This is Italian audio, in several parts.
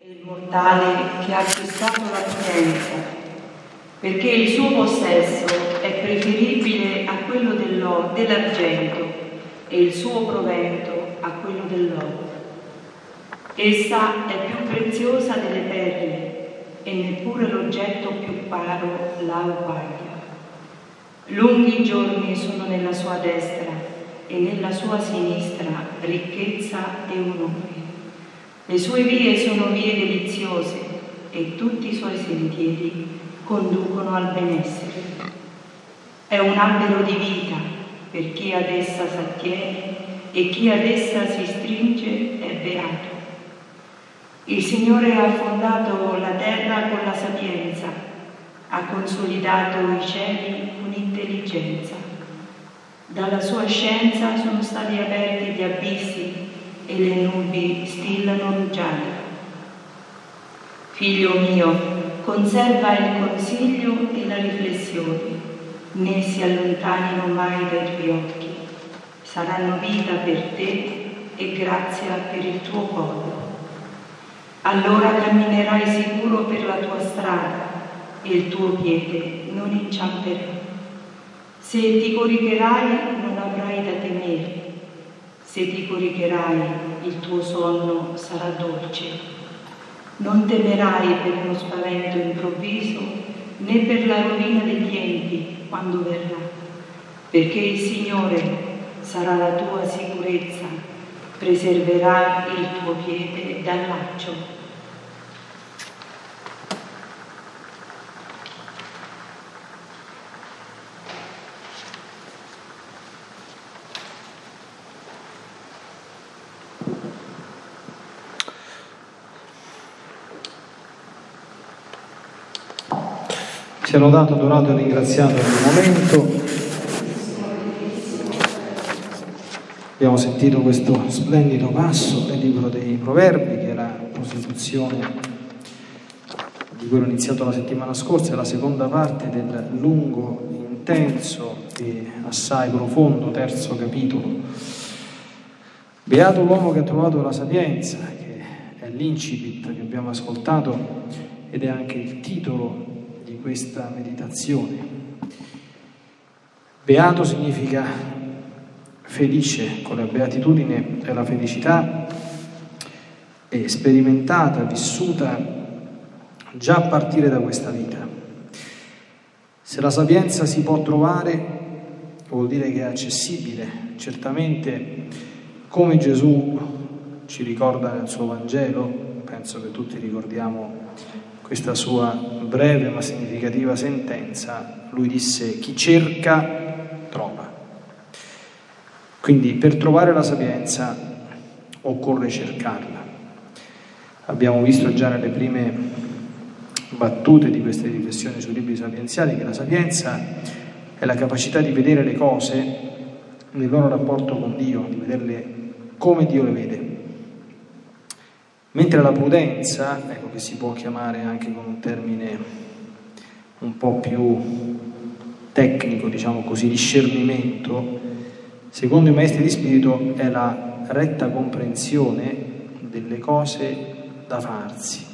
il mortale che ha acquistato la prudenza, perché il suo possesso è preferibile a quello dell'argento e il suo provento a quello dell'oro. Essa è più preziosa delle perle e neppure l'oggetto più caro la uguaglia. Lunghi giorni sono nella sua destra e nella sua sinistra ricchezza e onore. Le sue vie sono vie deliziose e tutti i suoi sentieri conducono al benessere. È un albero di vita per chi ad essa s'attiene e chi ad essa si stringe è beato. Il Signore ha fondato la terra con la sapienza, ha consolidato i cieli con intelligenza. Dalla sua scienza sono stati aperti gli abissi e le nubi stillano rugiada. Figlio mio, conserva il consiglio e la riflessione, né si allontanino mai dai tuoi occhi. Saranno vita per te e grazia per il tuo popolo. Allora camminerai sicuro per la tua strada e il tuo piede non inciamperà. Se ti coricherai non avrai da temere. Se ti coricherai, il tuo sonno sarà dolce. Non temerai per uno spavento improvviso, né per la rovina degli empi quando verrà, perché il Signore sarà la tua sicurezza, preserverà il tuo piede dal laccio. Sia lodato, adorato e ringraziato nel momento. Abbiamo sentito questo splendido passo del libro dei Proverbi, che è la prosecuzione di quello iniziato la settimana scorsa, è la seconda parte del lungo, intenso e assai profondo terzo capitolo. Beato l'uomo che ha trovato la sapienza, che è l'incipit che abbiamo ascoltato ed è anche il titolo di questa meditazione. Beato significa felice, con la beatitudine è la felicità è sperimentata, vissuta già a partire da questa vita. Se la sapienza si può trovare, vuol dire che è accessibile, certamente, come Gesù ci ricorda nel suo Vangelo. Penso che tutti ricordiamo questa sua breve ma significativa sentenza. Lui disse: chi cerca trova. Quindi per trovare la sapienza occorre cercarla. Abbiamo visto già nelle prime battute di queste riflessioni sui libri sapienziali che la sapienza è la capacità di vedere le cose nel loro rapporto con Dio, di vederle come Dio le vede. Mentre la prudenza, ecco, che si può chiamare anche con un termine un po' più tecnico, diciamo così, discernimento, secondo i maestri di spirito è la retta comprensione delle cose da farsi.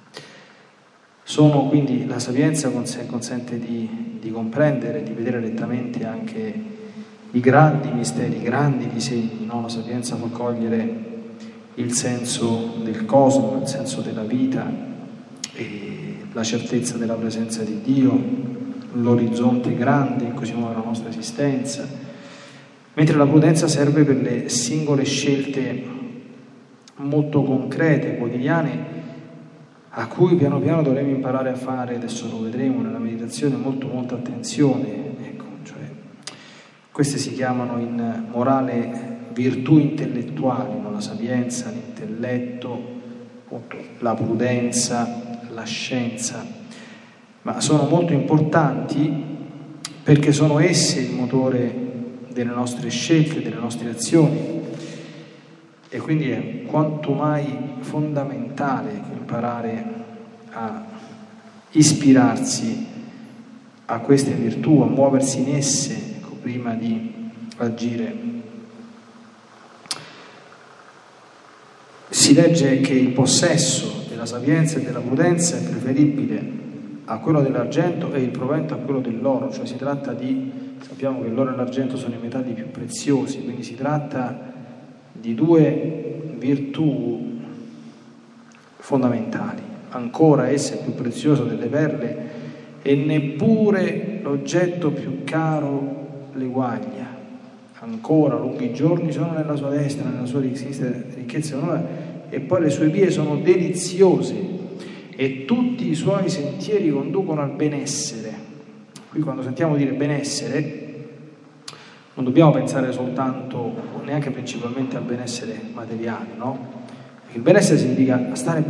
Sono quindi la sapienza consente di comprendere, di vedere rettamente anche i grandi misteri, i grandi disegni, no? La sapienza può cogliere il senso del cosmo, il senso della vita e la certezza della presenza di Dio, l'orizzonte grande in cui si muove la nostra esistenza, mentre la prudenza serve per le singole scelte molto concrete, quotidiane, a cui piano piano dovremo imparare a fare, adesso lo vedremo nella meditazione, molta attenzione. Ecco, cioè, queste si chiamano in morale virtù intellettuali, no? La sapienza, l'intelletto, la prudenza, la scienza, ma sono molto importanti perché sono esse il motore delle nostre scelte, delle nostre azioni, e quindi è quanto mai fondamentale imparare a ispirarsi a queste virtù, a muoversi in esse, ecco, prima di agire. Si legge che il possesso della della sapienza e della prudenza è preferibile a quello dell'argento e il provento a quello dell'oro, cioè si tratta sappiamo che l'oro e l'argento sono i metalli più preziosi, quindi si tratta di due virtù fondamentali. Ancora essa è più preziosa delle perle e neppure l'oggetto più caro l'eguaglia. Ancora lunghi giorni sono nella sua destra, nella sua sinistra ricchezza e onore, e poi le sue vie sono deliziose e tutti i suoi sentieri conducono al benessere. Qui quando sentiamo dire benessere non dobbiamo pensare soltanto o neanche principalmente al benessere materiale, no? Perché il benessere significa stare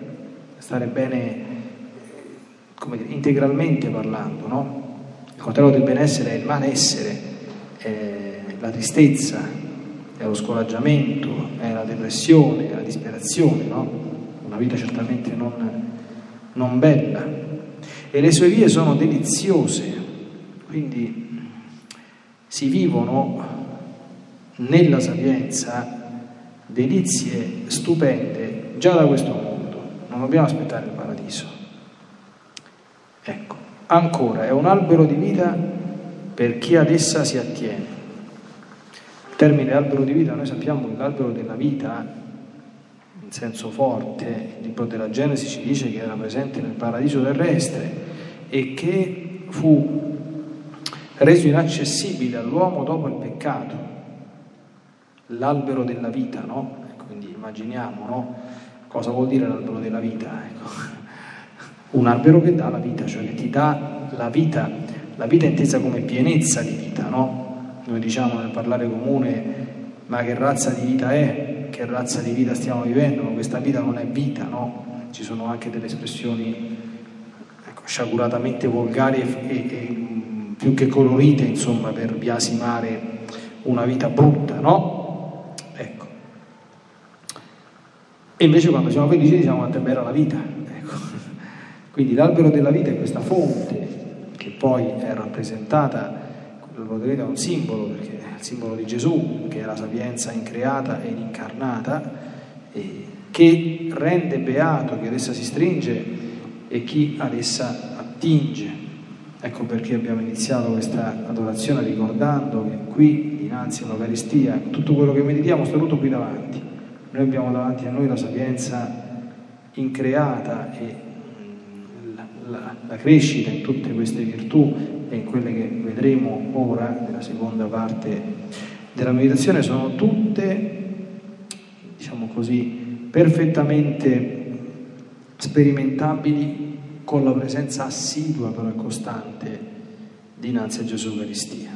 bene come dire, integralmente parlando, no? Il contrario del benessere è il malessere, è la tristezza, è lo scoraggiamento, è la depressione, è la disperazione, no? Una vita certamente non bella. E le sue vie sono deliziose, quindi si vivono nella sapienza delizie stupende già da questo mondo, non dobbiamo aspettare il paradiso. Ecco, ancora è un albero di vita per chi ad essa si attiene. Il termine albero di vita, noi sappiamo che l'albero della vita in senso forte, il libro della Genesi ci dice che era presente nel paradiso terrestre e che fu reso inaccessibile all'uomo dopo il peccato, l'albero della vita, no? Ecco, quindi immaginiamo, no? Cosa vuol dire l'albero della vita? Ecco. Un albero che dà la vita, cioè che ti dà la vita intesa come pienezza di vita, no? Noi diciamo nel parlare comune, ma che razza di vita è? Che razza di vita stiamo vivendo? Ma questa vita non è vita, no? Ci sono anche delle espressioni sciaguratamente volgari e più che colorite, insomma, per biasimare una vita brutta, no? Ecco. E invece quando siamo felici diciamo quanto è bella la vita, ecco. Quindi l'albero della vita è questa fonte che poi è rappresentata, l'albero della vita è un simbolo, perché è il simbolo di Gesù, che è la sapienza increata e incarnata, che rende beato chi ad essa si stringe e chi ad essa attinge. Ecco perché abbiamo iniziato questa adorazione ricordando che qui, dinanzi all'Eucaristia, tutto quello che meditiamo sta tutto qui davanti. Noi abbiamo davanti a noi la sapienza increata e la crescita in tutte queste virtù e in quelle che vedremo ora nella seconda parte della meditazione sono tutte, diciamo così, perfettamente sperimentabili con la presenza assidua però costante dinanzi a Gesù Eucaristia.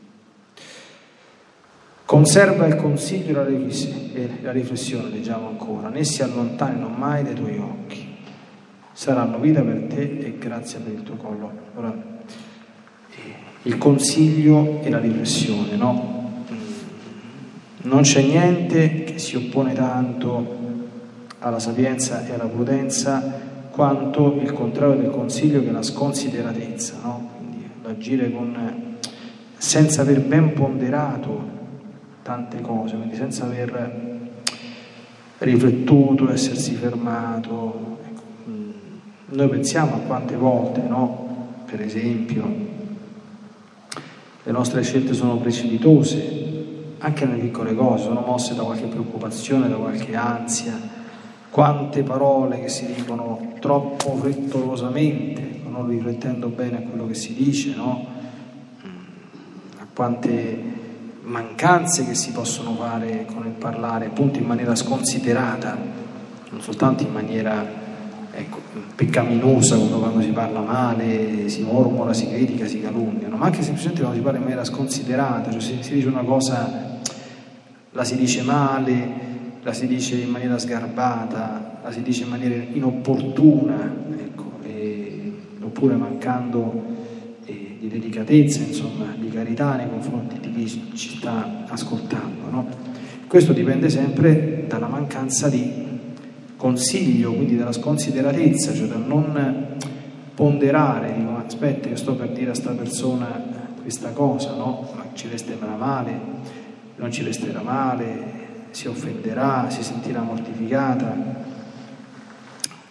Conserva il consiglio e la riflessione, leggiamo ancora, né si allontanino mai dai tuoi occhi, saranno vita per te e grazia per il tuo collo. Ora, il consiglio e la riflessione, no? Non c'è niente che si oppone tanto alla sapienza e alla prudenza quanto il contrario del consiglio, che è la sconsideratezza, no? Quindi l'agire senza aver ben ponderato tante cose, quindi senza aver riflettuto, essersi fermato. Ecco. Noi pensiamo a quante volte, no? Per esempio, le nostre scelte sono precipitose, anche nelle piccole cose, sono mosse da qualche preoccupazione, da qualche ansia. Quante parole che si dicono troppo frettolosamente, non riflettendo bene a quello che si dice, no? A quante mancanze che si possono fare con il parlare, appunto in maniera sconsiderata, non soltanto in maniera peccaminosa, quando si parla male, si mormora, si critica, si calunnia, no? Ma anche semplicemente quando si parla in maniera sconsiderata, cioè si dice una cosa, la si dice male, la si dice in maniera sgarbata, la si dice in maniera inopportuna, oppure mancando di delicatezza, insomma, di carità nei confronti di chi ci sta ascoltando, no? Questo dipende sempre dalla mancanza di consiglio, quindi dalla sconsideratezza, cioè dal non ponderare, dico, aspetta, io sto per dire a sta persona questa cosa, no? Ma ci resterà male, non ci resterà male, si offenderà, si sentirà mortificata.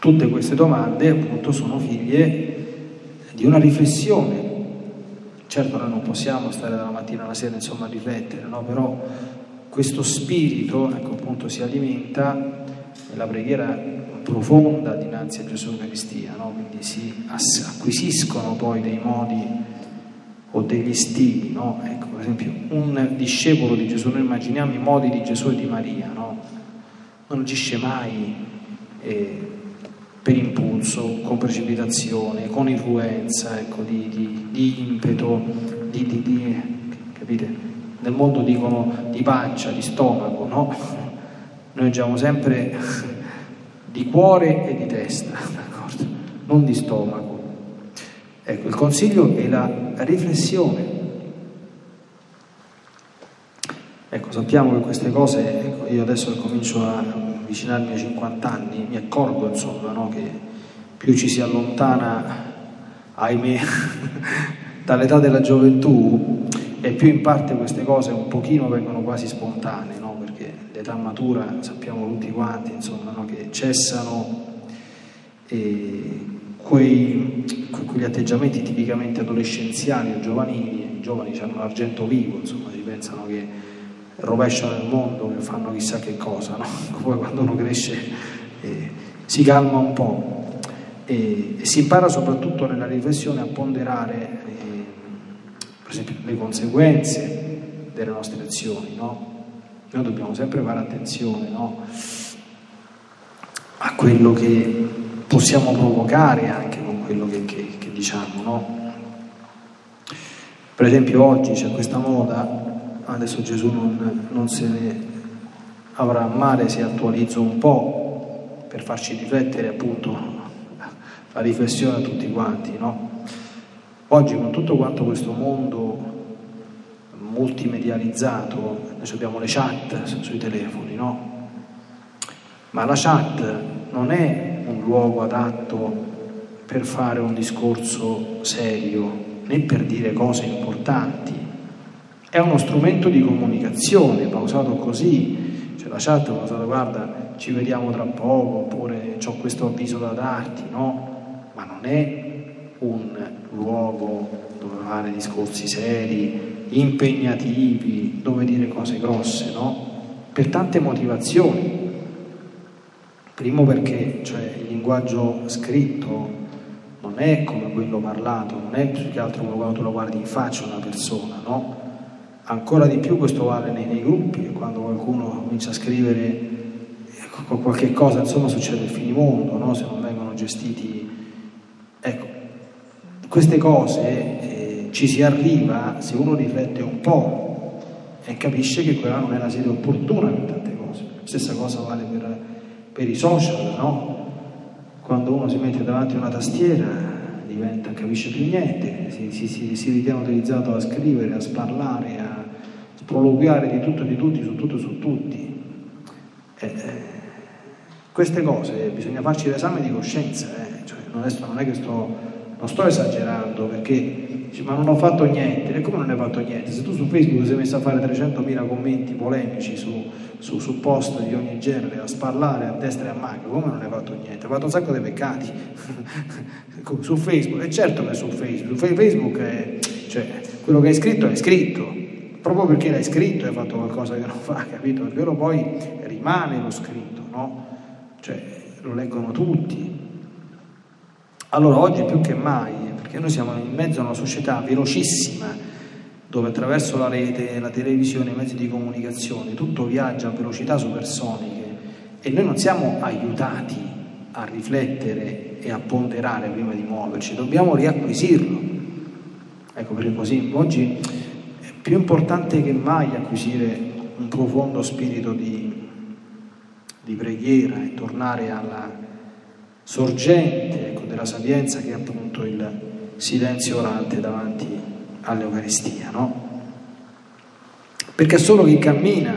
Tutte queste domande appunto sono figlie di una riflessione. Certo noi non possiamo stare dalla mattina alla sera insomma a riflettere, no? Però questo spirito appunto si alimenta nella preghiera profonda dinanzi a Gesù Eucaristia, no? Quindi si acquisiscono poi dei modi o degli stili, no? Ecco, per esempio un discepolo di Gesù, noi immaginiamo i modi di Gesù e di Maria, no? Non agisce mai per impulso, con precipitazione, con influenza, ecco, di impeto, capite? Nel mondo dicono di pancia, di stomaco, no? Noi agiamo sempre di cuore e di testa, d'accordo? Non di stomaco. Ecco, il consiglio è la riflessione. Ecco, sappiamo che queste cose, ecco, io adesso comincio a avvicinarmi ai 50 anni, mi accorgo insomma, no, che più ci si allontana, ahimè, dall'età della gioventù, e più in parte queste cose un pochino vengono quasi spontanee, no? Perché l'età matura, sappiamo tutti quanti, insomma, no, che cessano quegli atteggiamenti tipicamente adolescenziali o giovanili. I giovani hanno l'argento vivo, insomma, si pensano che rovesciano il mondo, che fanno chissà che cosa, no? Poi quando uno cresce si calma un po' e si impara soprattutto nella riflessione a ponderare per esempio le conseguenze delle nostre azioni, no? Noi dobbiamo sempre fare attenzione, no? A quello che possiamo provocare anche con quello che diciamo, no? Per esempio oggi c'è questa moda. Adesso Gesù non se ne avrà a male se attualizzo un po' per farci riflettere appunto la riflessione a tutti quanti, no? Oggi con tutto quanto questo mondo multimedializzato, noi abbiamo le chat sui telefoni, no? Ma la chat non è un luogo adatto per fare un discorso serio, né per dire cose importanti. È uno strumento di comunicazione, va usato così, cioè la chat va usata, guarda, ci vediamo tra poco, oppure c'ho questo avviso da darti, no? Ma non è un luogo dove fare discorsi seri, impegnativi, dove dire cose grosse, no? Per tante motivazioni. Primo perché, cioè, il linguaggio scritto non è come quello parlato, non è più che altro come quando tu lo guardi in faccia a una persona, no? Ancora di più questo vale nei gruppi, quando qualcuno comincia a scrivere qualche cosa, insomma succede il finimondo, no? Se non vengono gestiti, ecco, queste cose ci si arriva se uno riflette un po' e capisce che quella non è la sede opportuna per tante cose. Stessa cosa vale per i social, no? Quando uno si mette davanti a una tastiera capisce più niente, si ritiene utilizzato a scrivere, a sparlare, a sproloquiare di tutto e di tutti, su tutto e su tutti. Queste cose bisogna farci l'esame di coscienza, cioè, non è che non sto esagerando, perché dice, ma non ho fatto niente. E come non hai fatto niente? Se tu su Facebook sei messo a fare 300.000 commenti polemici su post di ogni genere, a sparlare a destra e a manca, come non hai fatto niente? Hai fatto un sacco di peccati su Facebook. E certo che su Facebook è, cioè, quello che hai scritto, proprio perché l'hai scritto hai fatto qualcosa che non fa, capito? Perché quello poi rimane lo scritto, no? Cioè lo leggono tutti. Allora oggi più che mai, perché noi siamo in mezzo a una società velocissima, dove attraverso la rete, la televisione, i mezzi di comunicazione, tutto viaggia a velocità supersoniche e noi non siamo aiutati a riflettere e a ponderare prima di muoverci, dobbiamo riacquisirlo. Ecco perché così oggi è più importante che mai acquisire un profondo spirito di preghiera e tornare alla sorgente, ecco, della sapienza, che è appunto il silenzio orante davanti all'Eucaristia, no? Perché solo chi cammina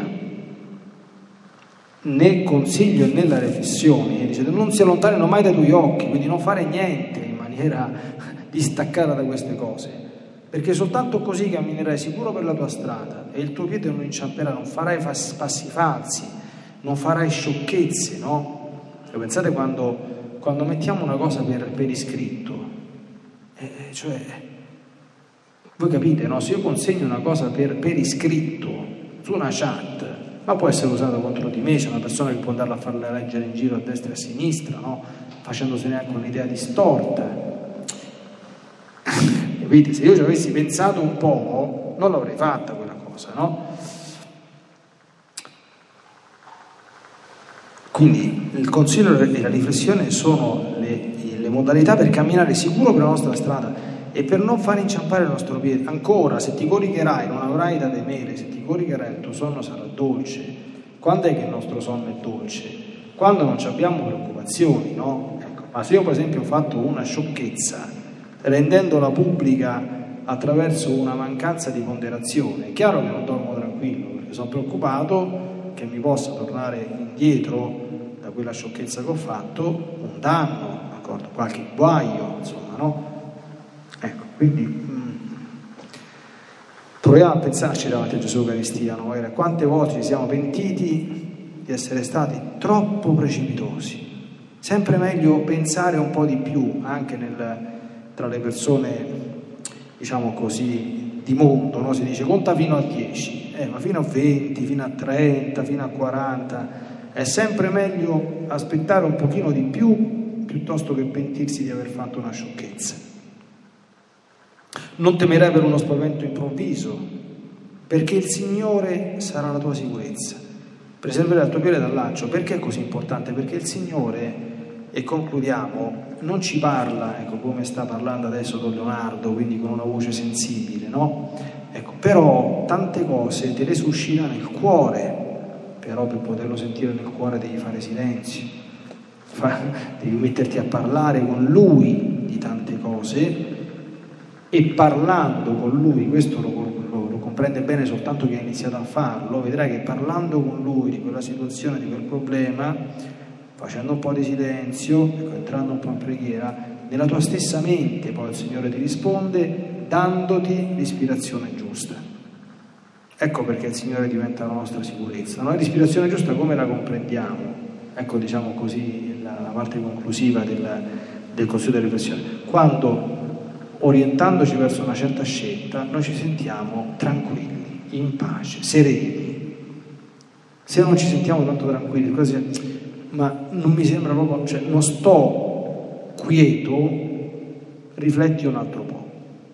nel consiglio e nella riflessione dice non si allontanino mai dai tuoi occhi, quindi non fare niente in maniera distaccata da queste cose, perché soltanto così camminerai sicuro per la tua strada e il tuo piede non inciamperà, non farai passi falsi, non farai sciocchezze, no? E pensate quando quando mettiamo una cosa per iscritto, cioè, voi capite, no? Se io consegno una cosa per iscritto su una chat, ma può essere usata contro di me, c'è una persona che può andarla a farla leggere in giro a destra e a sinistra, no? Facendosene anche un'idea distorta. Capite? Se io ci avessi pensato un po', non l'avrei fatta quella cosa, no? Quindi il consiglio e la riflessione sono le modalità per camminare sicuro per la nostra strada e per non far inciampare il nostro piede. Ancora, se ti coricherai non avrai da temere, se ti coricherai il tuo sonno sarà dolce. Quando è che il nostro sonno è dolce? Quando non abbiamo preoccupazioni, no? Ecco, ma se io per esempio ho fatto una sciocchezza rendendola pubblica attraverso una mancanza di ponderazione, è chiaro che non dormo tranquillo perché sono preoccupato che mi possa tornare indietro da quella sciocchezza che ho fatto un danno, d'accordo? Qualche guaio, insomma, no? Ecco, quindi proviamo a pensarci davanti a Gesù Eucaristia, no? Quante volte ci siamo pentiti di essere stati troppo precipitosi. Sempre meglio pensare un po' di più anche tra le persone, diciamo così, di mondo, no? Si dice conta fino a 10, ma fino a 20, fino a 30, fino a 40, è sempre meglio aspettare un pochino di più piuttosto che pentirsi di aver fatto una sciocchezza. Non temerai per uno spavento improvviso, perché il Signore sarà la tua sicurezza. Preserverai il tuo piede dal laccio. Perché è così importante? Perché il Signore, e concludiamo, non ci parla, ecco, come sta parlando adesso Don Leonardo, quindi con una voce sensibile, no? Ecco, però tante cose te le suscita nel cuore, però per poterlo sentire nel cuore devi fare silenzio, devi metterti a parlare con Lui di tante cose, e parlando con Lui, questo lo comprende bene soltanto chi ha iniziato a farlo, vedrai che parlando con Lui di quella situazione, di quel problema, facendo un po' di silenzio, ecco, entrando un po' in preghiera, nella tua stessa mente poi il Signore ti risponde dandoti l'ispirazione giusta. Ecco perché il Signore diventa la nostra sicurezza. Noi l'ispirazione giusta come la comprendiamo? Ecco, diciamo così, la parte conclusiva del consiglio di riflessione. Quando, orientandoci verso una certa scelta, noi ci sentiamo tranquilli, in pace, sereni. Se non ci sentiamo tanto tranquilli, così, ma non mi sembra proprio, cioè non sto quieto, rifletti un altro po'.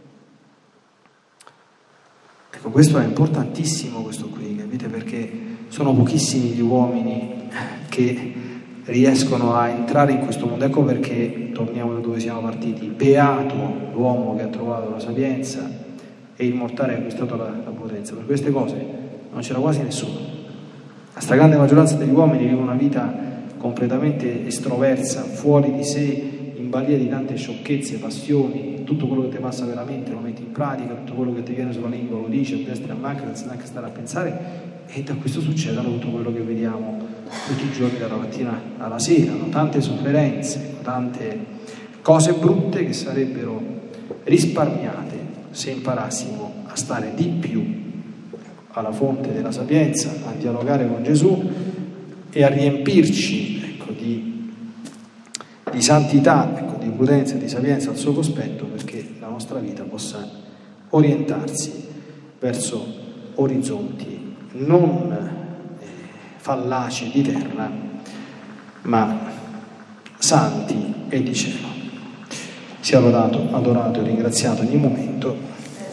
Ecco, questo è importantissimo, questo qui, capite? Perché sono pochissimi gli uomini che riescono a entrare in questo mondo. Ecco perché, torniamo da dove siamo partiti, beato l'uomo che ha trovato la sapienza e il mortale ha acquistato la potenza. Per queste cose non c'era quasi nessuno. La stragrande maggioranza degli uomini vive una vita completamente estroversa, fuori di sé, in balia di tante sciocchezze, passioni, tutto quello che ti passa veramente lo metti in pratica, tutto quello che ti viene sulla lingua lo dici a destra e a manca senza neanche stare a pensare, e da questo succedono tutto quello che vediamo tutti i giorni dalla mattina alla sera, no? Tante sofferenze, tante cose brutte che sarebbero risparmiate se imparassimo a stare di più alla fonte della sapienza, a dialogare con Gesù e a riempirci, ecco, di santità, ecco, di prudenza e di sapienza al suo cospetto, perché la nostra vita possa orientarsi verso orizzonti non fallaci di terra, ma santi e di cielo. Sia lodato, adorato e ringraziato ogni momento.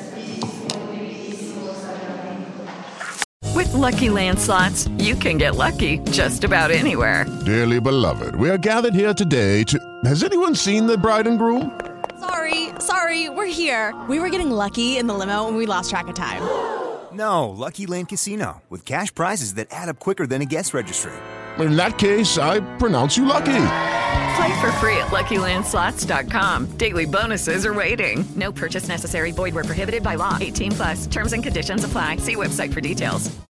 With Lucky Land Slots, you can get lucky just about anywhere. Dearly beloved, we are gathered here today to... Has anyone seen the bride and groom? Sorry, we're here. We were getting lucky in the limo and we lost track of time. No, Lucky Land Casino, with cash prizes that add up quicker than a guest registry. In that case, I pronounce you lucky. Play for free at LuckyLandSlots.com. Daily bonuses are waiting. No purchase necessary. Void where prohibited by law. 18+. Terms and conditions apply. See website for details.